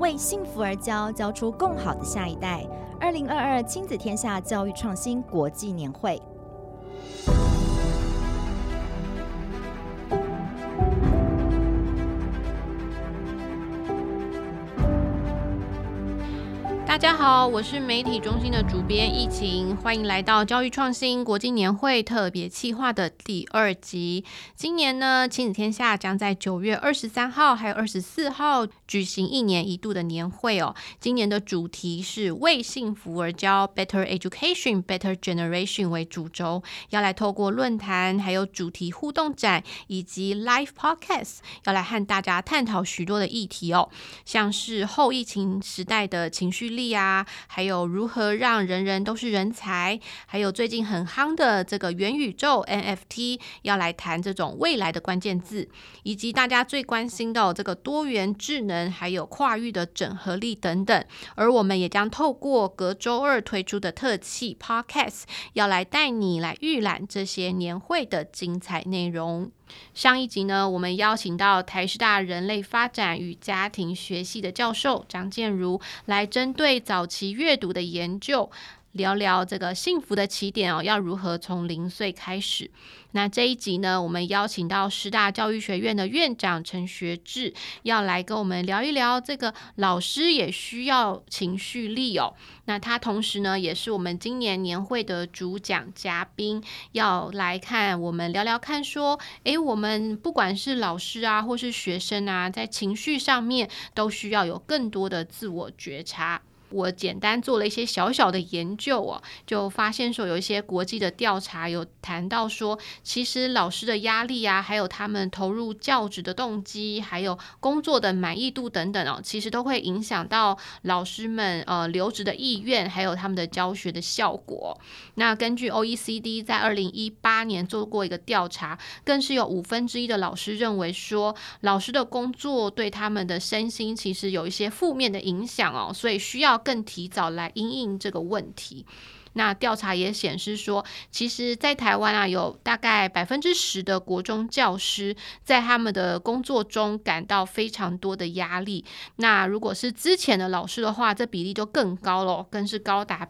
为幸福而教，教出更好的下一代。2022亲子天下教育创新国际年会。 大家好，我是媒体中心的主编易晴，欢迎来到教育创新国际年会特别企划的第2集。今年呢，亲子天下将在9月23号还有24号举行1年1度的年会哦。今年的主题是为幸福而教 Better Education, Better Generation 为主轴，要来透过论坛还有主题互动展以及 Live Podcast 要来和大家探讨许多的议题哦，像是后疫情时代的情绪力啊，还有如何让人人都是人才，还有最近很夯的这个元宇宙 NFT 要来谈这种未来的关键字，以及大家最关心的这个多元智能还有跨域的整合力等等。而我们也将透过隔周2推出的特辑 Podcast 要来带你来预览这些年会的精彩内容。上一集呢，我们邀请到台师大人类发展与家庭学系的教授张建如来针对早期阅读的研究聊聊这个幸福的起点要如何从0岁开始。那这一集呢，我们邀请到师大教育学院的院长陈学志，要来跟我们聊一聊这个老师也需要情绪力哦。那他同时呢，也是我们今年年会的主讲嘉宾，要来看我们聊聊看说，我们不管是老师啊，或是学生啊，在情绪上面都需要有更多的自我觉察。我简单做了一些小小的研究哦，就发现说有一些国际的调查有谈到说，其实老师的压力啊，还有他们投入教职的动机，还有工作的满意度等等哦，其实都会影响到老师们留职的意愿，还有他们的教学的效果。那根据 OECD 在2018年做过一个调查，更是有1/5的老师认为说，老师的工作对他们的身心其实有一些负面的影响哦，所以需要更提早来因应这个问题。那调查也显示说，其实在台湾啊，有大概10%的国中教师在他们的工作中感到非常多的压力。那如果是之前的老师的话，这比例就更高了，更是高达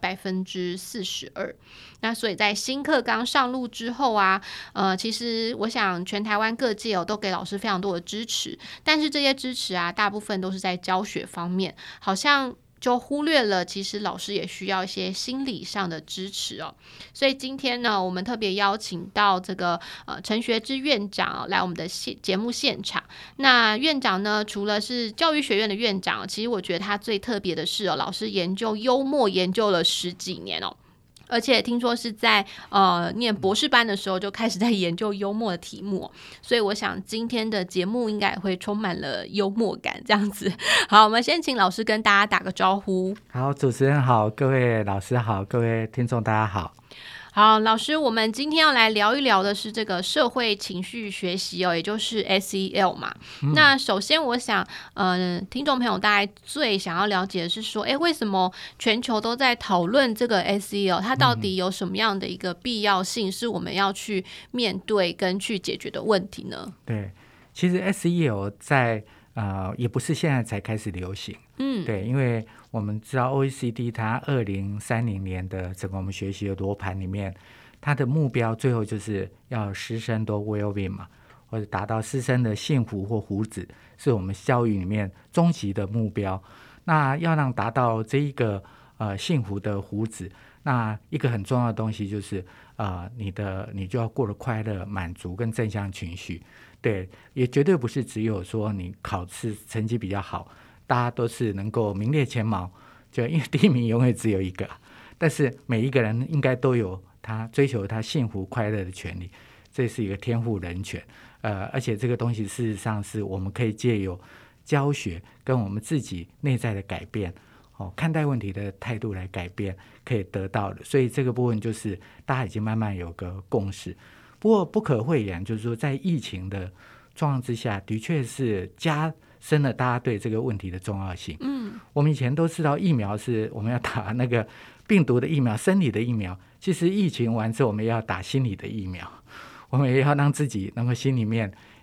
42%。那所以在新课纲上路之后啊，其实我想全台湾各界都给老师非常多的支持，但是这些支持啊，大部分都是在教学方面，好像就忽略了其实老师也需要一些心理上的支持哦。所以今天呢，我们特别邀请到这个陈学志院长来我们的节目现场。那院长呢，除了是教育学院的院长，其实我觉得他最特别的是老师研究幽默研究了10几年哦。而且听说是在念博士班的时候就开始在研究幽默的题目，所以我想今天的节目应该也会充满了幽默感这样子。好，我们先请老师跟大家打个招呼。 好，主持人好，各位老师好，各位听众大家好。 好，老师，我们今天要来聊一聊的是这个社会情绪学习也就是 SEL 嘛。那首先我想听众朋友大概最想要了解的是说，为什么全球都在讨论这个 SEL， 它到底有什么样的一个必要性，是我们要去面对跟去解决的问题呢？ 对，其实 SEL 在也不是现在才开始流行，对，因为我们知道 OECD 它2030年的整个我们学习的罗盘里面，它的目标最后就是要师生都 well-being 嘛，或者达到师生的幸福或福祉，是我们教育里面终极的目标。那要让达到这一个幸福的福祉，那一个很重要的东西就是你就要过得快乐、满足跟正向情绪。对，也绝对不是只有说你考试成绩比较好，大家都是能够名列前茅，就因为第一名永远只有一个，但是每一个人应该都有他追求他幸福快乐的权利，这是一个天赋人权。而且这个东西事实上是我们可以借由教学跟我们自己内在的改变，看待问题的态度来改变可以得到的。所以这个部分就是大家已经慢慢有个共识。不过不可讳言，就是说在疫情的状况之下，的确是加深了大家对这个问题的重要性。我们以前都知道疫苗是我们要打那个病毒的疫苗、生理的疫苗，其实疫情完之后我们要打心理的疫苗，我们也要让自己能够心里面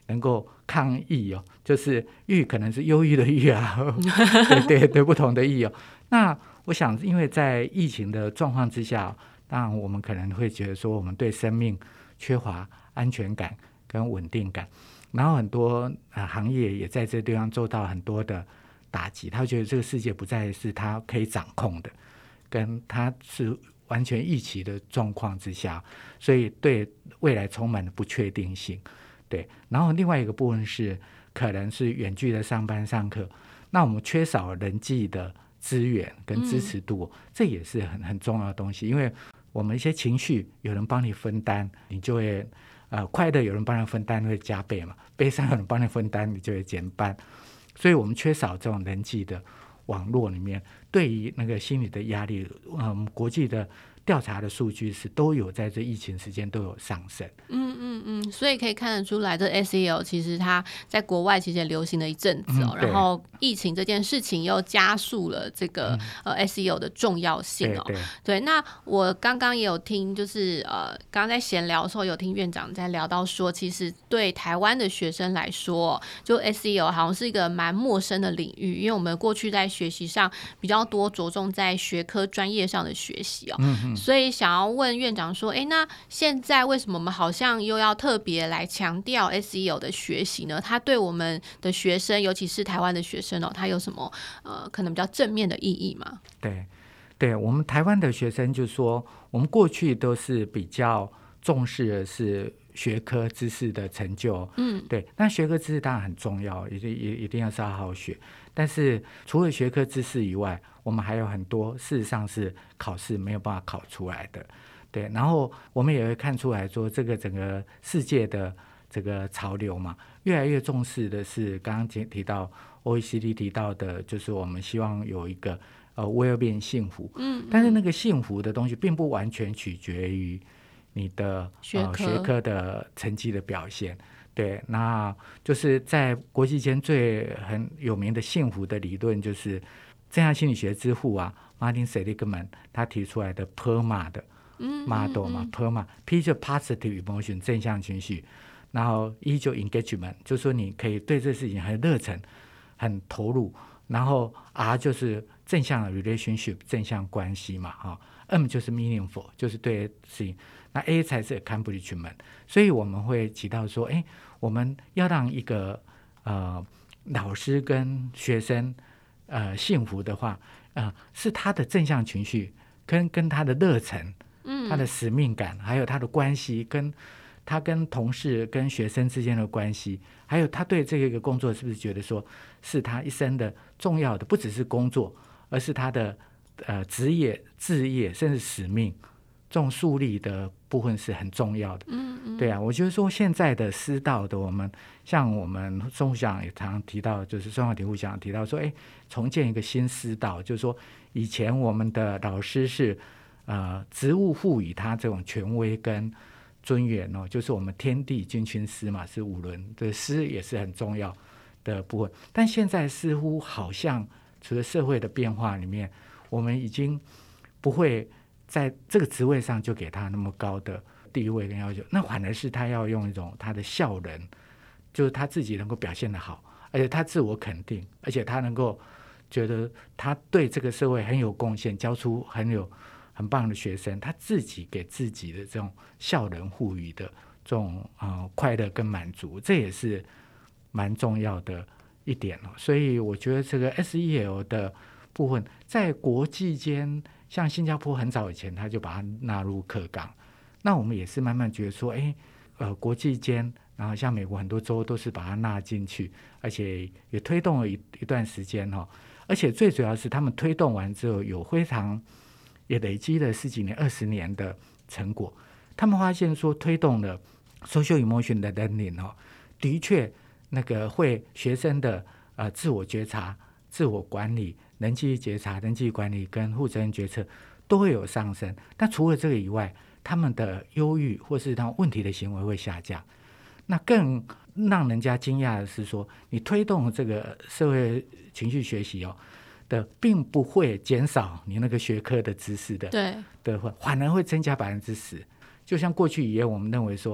能够抗抑哦，就是郁可能是忧郁的郁啊，对，不同的抑哦。那我想，因为在疫情的状况之下，当然我们可能会觉得说，我们对生命缺乏安全感跟稳定感，然后很多行业也在这个地方受到很多的打击，他觉得这个世界不再是他可以掌控的，跟他是完全预期的状况之下，所以对未来充满了不确定性。对，然后另外一个部分是可能是远距的上班上课，那我们缺少人际的资源跟支持度，这也是很重要的东西，因为我们一些情绪有人帮你分担，你就会快乐有人帮你分担会加倍嘛，悲伤有人帮你分担你就会减半，所以我们缺少这种人际的网络里面，对于那个心理的压力，国际的调查的数据是都有在这疫情时间都有上升。 所以可以看得出来，这 SEL 其实它在国外其实也流行了一阵子然后疫情这件事情又加速了这个SEL 的重要性对，那我刚刚也有听，就是刚刚在闲聊的时候有听院长在聊到说，其实对台湾的学生来说，就 SEL 好像是一个蛮陌生的领域，因为我们过去在学习上比较多着重在学科专业上的学习所以想要问院长说，那现在为什么我们好像又要特别来强调 SEL 的学习呢？它对我们的学生，尤其是台湾的学生它有什么可能比较正面的意义吗？ 对，我们台湾的学生就说，我们过去都是比较重视的是学科知识的成就，对，但学科知识当然很重要，一定要是好好学，但是除了学科知识以外，我们还有很多事实上是考试没有办法考出来的，对，然后我们也会看出来说，这个整个世界的这个潮流嘛，越来越重视的是刚刚提到 OECD 提到的，就是我们希望有一个well-being 幸福，但是那个幸福的东西并不完全取决于你的学科的成绩的表现，对，那就是在国际间很有名的幸福的理论，就是正向心理学之父Martin Seligman 他提出来的 PERMA 的 model 嘛，PERMA P 就 positive emotion 正向情绪，然后 E 就 engagement 就是说你可以对这事情很热忱很投入，然后 R 就是正向的 relationship 正向关系嘛M 就是 meaningful 就是对事情，那 A 才是 accomplishment， 所以我们会提到说我们要让一个老师跟学生幸福的话是他的正向情绪跟他的热忱他的使命感，还有他的关系，跟他跟同事跟学生之间的关系，还有他对这个工作是不是觉得说是他一生的重要的，不只是工作，而是他的职业志业甚至使命，这种树立的部分是很重要的。对啊，我觉得说现在的师道的我们，像我们孙副校长也常常提到，就是孙浩庭副校长提到说重建一个新师道，就是说以前我们的老师是职务赋予他这种权威跟尊严就是我们天地君亲师嘛，是五伦的师也是很重要的部分，但现在似乎好像除了社会的变化里面，我们已经不会在这个职位上就给他那么高的地位跟要求，那反而是他要用一种他的效能，就是他自己能够表现得好，而且他自我肯定，而且他能够觉得他对这个社会很有贡献，教出很棒的学生，他自己给自己的这种效能赋予的这种快乐跟满足，这也是蛮重要的一点所以我觉得这个 SEL 的部分在国际间，像新加坡很早以前他就把它纳入课纲，那我们也是慢慢觉得说国际间，然后像美国很多州都是把它纳进去，而且也推动了一段时间而且最主要是他们推动完之后有非常也累积了10几年20年的成果，他们发现说推动了 social emotion 的 learning 的确那个会学生的自我觉察、自我管理、人际觉察、人际管理跟负责任决策都会有上升，但除了这个以外，他们的忧郁或是他们问题的行为会下降。那更让人家惊讶的是说，你推动这个社会情绪学习的并不会减少你那个学科的知识的， 对， 反而会增加10%。就像过去以前我们认为说，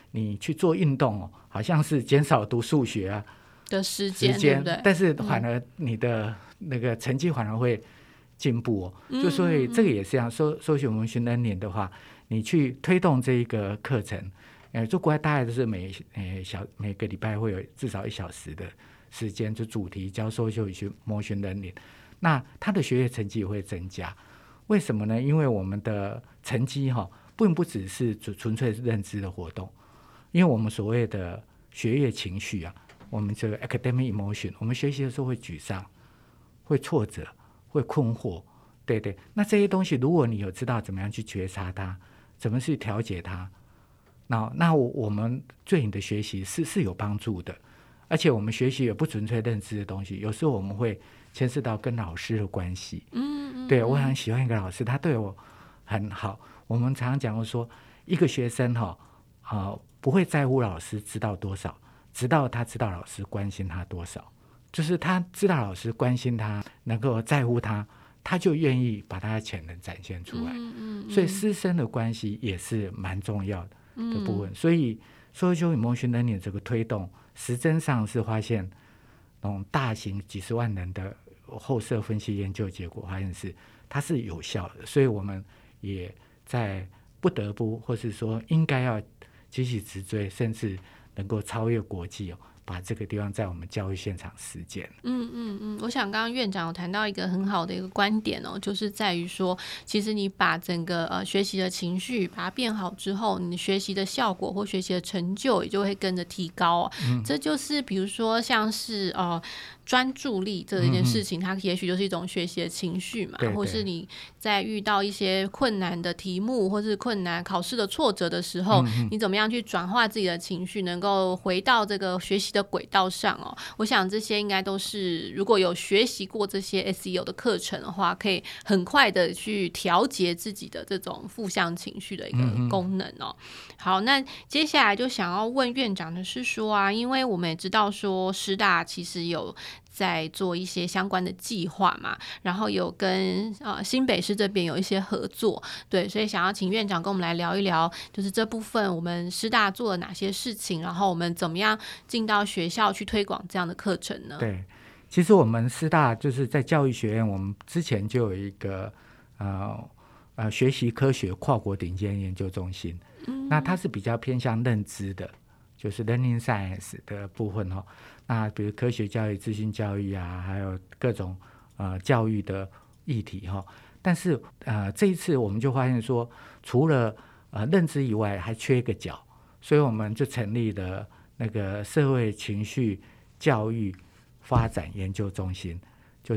你去做运动好像是减少读数学啊的时间，对不对？ 但是反而你的那个成绩反而会进步就所以这个也是这样。social emotion learning 的话，你去推动这一个课程，就国外大概都是每个礼拜会有至少1小时的时间，就主题教 social emotion learning， 那他的学业成绩也会增加。为什么呢？因为我们的成绩并不只是纯粹认知的活动，因为我们所谓的学业情绪我们这个 academic emotion， 我们学习的时候会沮丧，会挫折，会困惑，对，那这些东西如果你有知道怎么样去觉察它，怎么去调节它，那我们对你的学习是有帮助的。而且我们学习也不纯粹认知的东西，有时候我们会牵涉到跟老师的关系。对，我很喜欢一个老师，他对我很好。我们常常讲说，一个学生不会在乎老师知道多少，直到他知道老师关心他多少。就是他知道老师关心他，能够在乎他，他就愿意把他的潜能展现出来。所以师生的关系也是蛮重要的部分。所以 social emotion learning 这个推动，实证上是发现那种大型几十万人的后设分析研究结果，发现是它是有效的。所以我们也在不得不或是说应该要急起直追，甚至能够超越国际把这个地方在我们教育现场实践。 我想刚刚院长有谈到一个很好的一个观点就是在于说，其实你把整个学习的情绪把它变好之后，你学习的效果或学习的成就也就会跟着提高这就是比如说像是专注力这一件事情，它也许就是一种学习的情绪嘛，或是你在遇到一些困难的题目或是困难考试的挫折的时候，你怎么样去转化自己的情绪，能够回到这个学习的轨道上我想这些应该都是如果有学习过这些 SEL 的课程的话，可以很快的去调节自己的这种负向情绪的一个功能好，那接下来就想要问院长的是说因为我们也知道说师大其实有在做一些相关的计划嘛，然后有跟新北市这边有一些合作，对，所以想要请院长跟我们来聊一聊，就是这部分我们师大做了哪些事情，然后我们怎么样进到学校去推广这样的课程呢？ 对，其实我们师大就是在教育学院，我们之前就有一个学习科学跨国顶尖研究中心，那它是比较偏向认知的，就是 learning science 的部分那比如科学教育、资讯教育还有各种教育的议题但是这一次我们就发现说，除了认知以外，还缺一个角，所以我们就成立了那个社会情绪教育发展研究中心，就是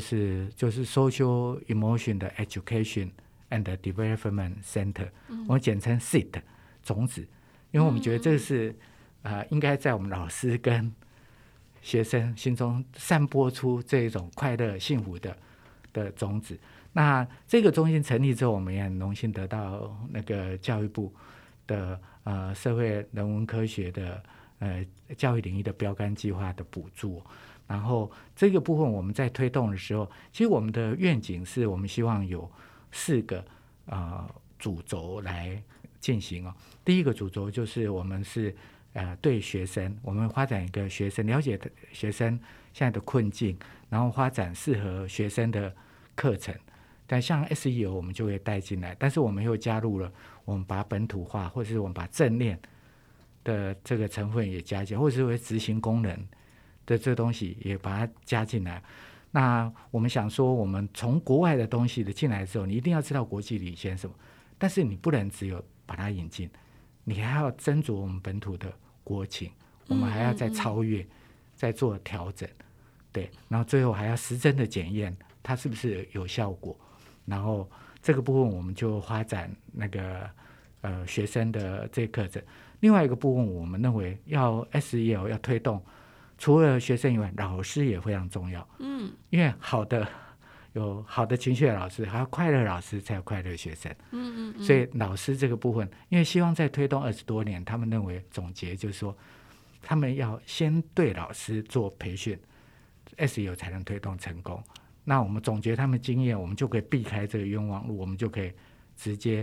Social Emotion 的 Education and Development Center，我们简称 SEED 种子，因为我们觉得这是应该在我们老师跟学生心中散播出这种快乐幸福的种子。那这个中心成立之后，我们也很荣幸得到那个教育部的社会人文科学的教育领域的标杆计划的补助。然后这个部分我们在推动的时候，其实我们的愿景是我们希望有4个主轴来进行第一个主轴就是我们是对学生，我们发展一个学生，了解学生现在的困境，然后发展适合学生的课程。但像 SEL 我们就会带进来，但是我们又加入了我们把它本土化，或者是我们把正念的这个成分也加进来，或者是为执行功能的这个东西也把它加进来。那我们想说，我们从国外的东西的进来之后，你一定要知道国际领先什么，但是你不能只有把它引进，你还要斟酌我们本土的国情，我们还要再超越，再做调整，对，然后最后还要实证的检验它是不是有效果。然后这个部分我们就发展那个学生的这个课程。另外一个部分，我们认为要 SEL 要推动，除了学生以外，老师也非常重要。因为有好的情绪的老师，还有快乐老师才有快乐学生。所以老师这个部分，因为希望在推动20多年，他们认为总结就是说，他们要先对老师做培训 ，SEL 才能推动成功。那我们总结他们经验，我们就可以避开这个冤枉路，我们就可以直接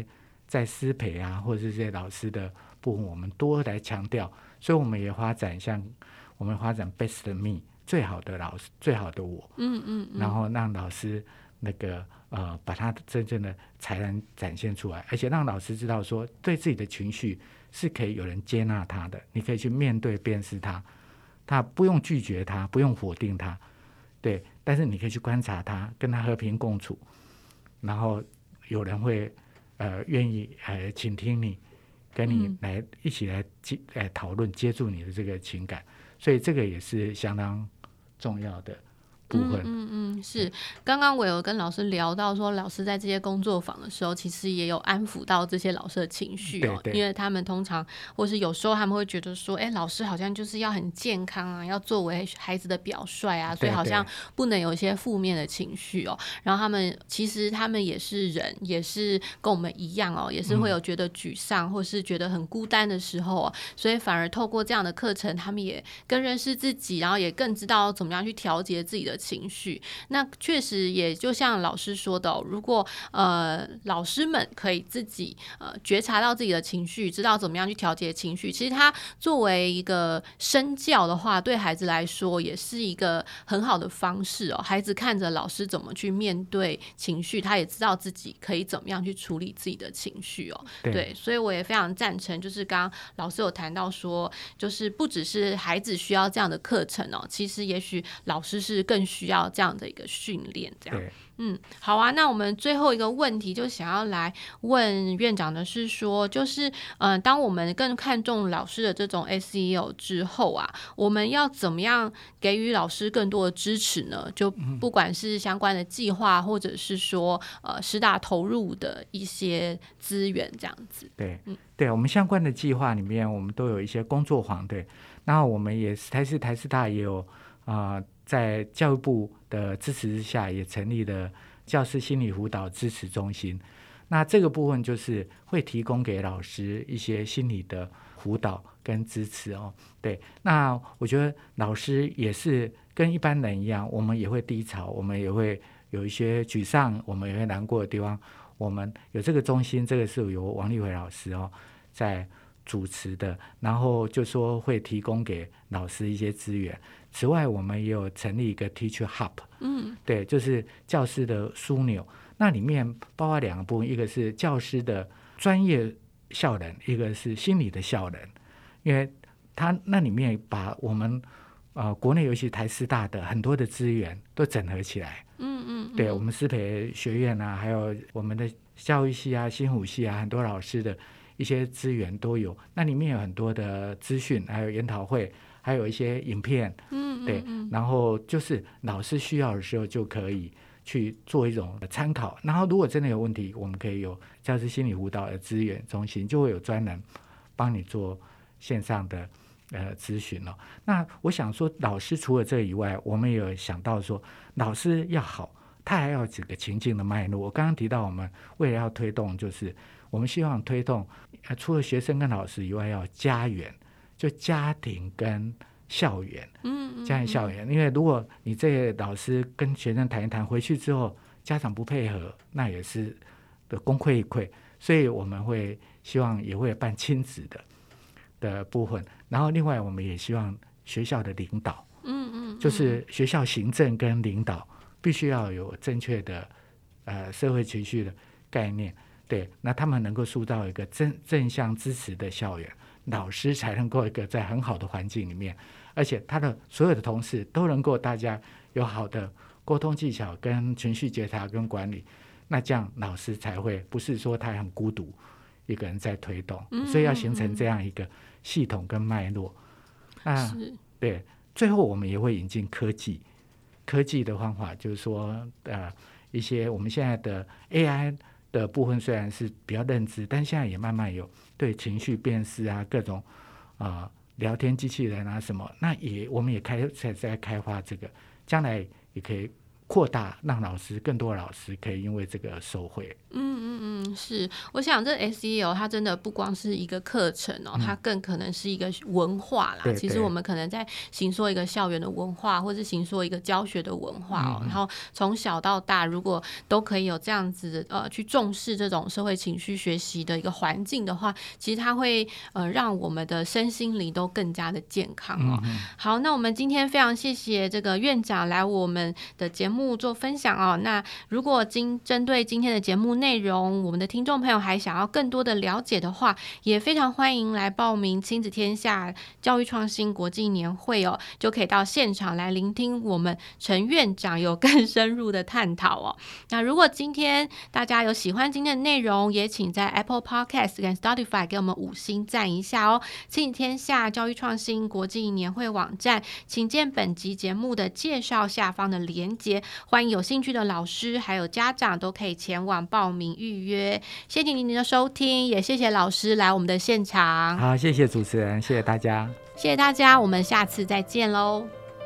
在师培啊或者是这些老师的部分我们多来强调，所以我们也发展我们发展 best me 最好的老师最好的我，然后让老师那个把他真正的才能展现出来，而且让老师知道说对自己的情绪是可以有人接纳他的，你可以去面对辨识他不用拒绝他，不用否定他，对，但是你可以去观察他，跟他和平共处，然后有人会愿意倾听你，跟你来一起来讨论，接住你的这个情感，所以这个也是相当重要的部分。 是。刚刚我有跟老师聊到说，老师在这些工作坊的时候，其实也有安抚到这些老师的情绪哦，因为他们通常或是有时候他们会觉得说，老师好像就是要很健康啊，要作为孩子的表率啊，所以好像不能有一些负面的情绪哦。然后其实他们也是人，也是跟我们一样哦，也是会有觉得沮丧或是觉得很孤单的时候哦，所以反而透过这样的课程，他们也更认识自己，然后也更知道怎么样去调节自己的情绪。那确实也就像老师说的如果老师们可以自己觉察到自己的情绪，知道怎么样去调节情绪，其实他作为一个身教的话，对孩子来说也是一个很好的方式哦。孩子看着老师怎么去面对情绪，他也知道自己可以怎么样去处理自己的情绪哦。对，所以我也非常赞成，就是刚刚老师有谈到说，就是不只是孩子需要这样的课程哦，其实也许老师是更需要这样的一个训练，这样。好啊，那我们最后一个问题就想要来问院长的是说，就是当我们更看重老师的这种 SEL 之后啊，我们要怎么样给予老师更多的支持呢？就不管是相关的计划，或者是说师大投入的一些资源这样子。 对，我们相关的计划里面，我们都有一些工作坊，对，然后我们也台师大也有在教育部的支持之下，也成立了教师心理辅导支持中心。那这个部分就是会提供给老师一些心理的辅导跟支持哦。对，那我觉得老师也是跟一般人一样，我们也会低潮，我们也会有一些沮丧，我们也会难过的地方。我们有这个中心，这个是由王立伟老师在主持的，然后就说会提供给老师一些资源。此外，我们也有成立一个 Teacher Hub，对，就是教师的枢纽。那里面包括两个部分，一个是教师的专业效能，一个是心理的效能。因为它那里面把我们国内尤其台师大的很多的资源都整合起来。对，我们师培学院啊，还有我们的教育系啊、新辅系啊，很多老师的一些资源都有。那里面有很多的资讯，还有研讨会，还有一些影片。对，然后就是老师需要的时候就可以去做一种参考。然后如果真的有问题，我们可以有教师心理辅导的资源中心，就会有专人帮你做线上的咨询了。那我想说，老师除了这个以外，我们也有想到说，老师要好，他还要几个情境的脉络。我刚刚提到，我们为了要推动，就是我们希望推动除了学生跟老师以外，要家园，就家庭跟校园，家庭校园。因为如果你这个老师跟学生谈一谈，回去之后家长不配合，那也是功亏一篑。所以我们会希望也会办亲子的部分，然后另外我们也希望学校的领导，就是学校行政跟领导必须要有正确的社会情绪的概念，对，那他们能够塑造一个正向支持的校园，老师才能够一个在很好的环境里面，而且他的所有的同事都能够大家有好的沟通技巧跟情绪觉察跟管理，那这样老师才会不是说他很孤独一个人在推动，所以要形成这样一个系统跟脉络。对，最后我们也会引进科技的方法，就是说一些我们现在的 AI 的部分虽然是比较认知，但现在也慢慢有对情绪辨识啊，各种聊天机器人啊什么，那我们也在开发这个，将来也可以扩大，让更多的老师可以因为这个受惠。 是，我想这 SEL 它真的不光是一个课程它更可能是一个文化啦。其实我们可能在形塑一个校园的文化，或是形塑一个教学的文化然后从小到大，如果都可以有这样子去重视这种社会情绪学习的一个环境的话，其实它会让我们的身心灵都更加的健康好，那我们今天非常谢谢这个院长来我们的节目做分享那如果针对今天的节目内容，我们的听众朋友还想要更多的了解的话，也非常欢迎来报名亲子天下教育创新国际年会就可以到现场来聆听我们陈院长有更深入的探讨那如果今天大家有喜欢今天的内容，也请在 Apple Podcast 跟 Spotify 给我们5星赞一下亲子天下教育创新国际年会网站，请见本集节目的介绍下方的连结，欢迎有兴趣的老师还有家长都可以前往报名预约。谢谢您的收听，也谢谢老师来我们的现场。 好，谢谢主持人，谢谢大家， 谢谢大家，我们下次再见喽。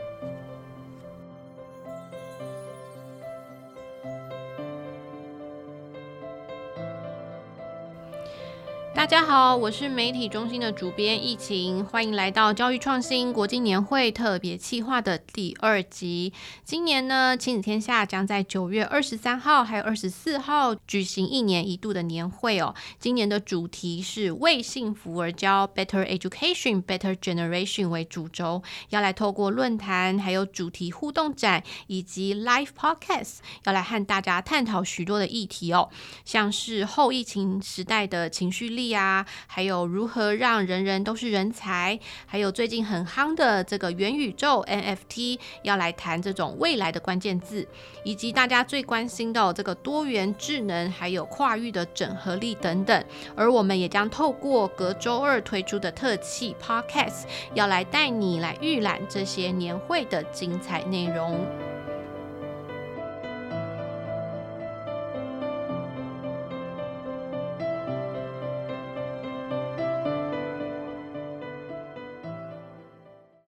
大家好，我是媒体中心的主编易晴，欢迎来到教育创新国际年会特别企划的第2集。今年呢，亲子天下将在9月23号还有24号举行1年1度的年会今年的主题是为幸福而教 Better Education Better Generation 为主轴，要来透过论坛还有主题互动展以及 Live Podcast 要来和大家探讨许多的议题像是后疫情时代的情绪力还有如何让人人都是人才，还有最近很夯的这个元宇宙 NFT 要来谈这种未来的关键字，以及大家最关心的这个多元智能还有跨域的整合力等等。而我们也将透过隔周2推出的特辑 Podcast 要来带你来预览这些年会的精彩内容。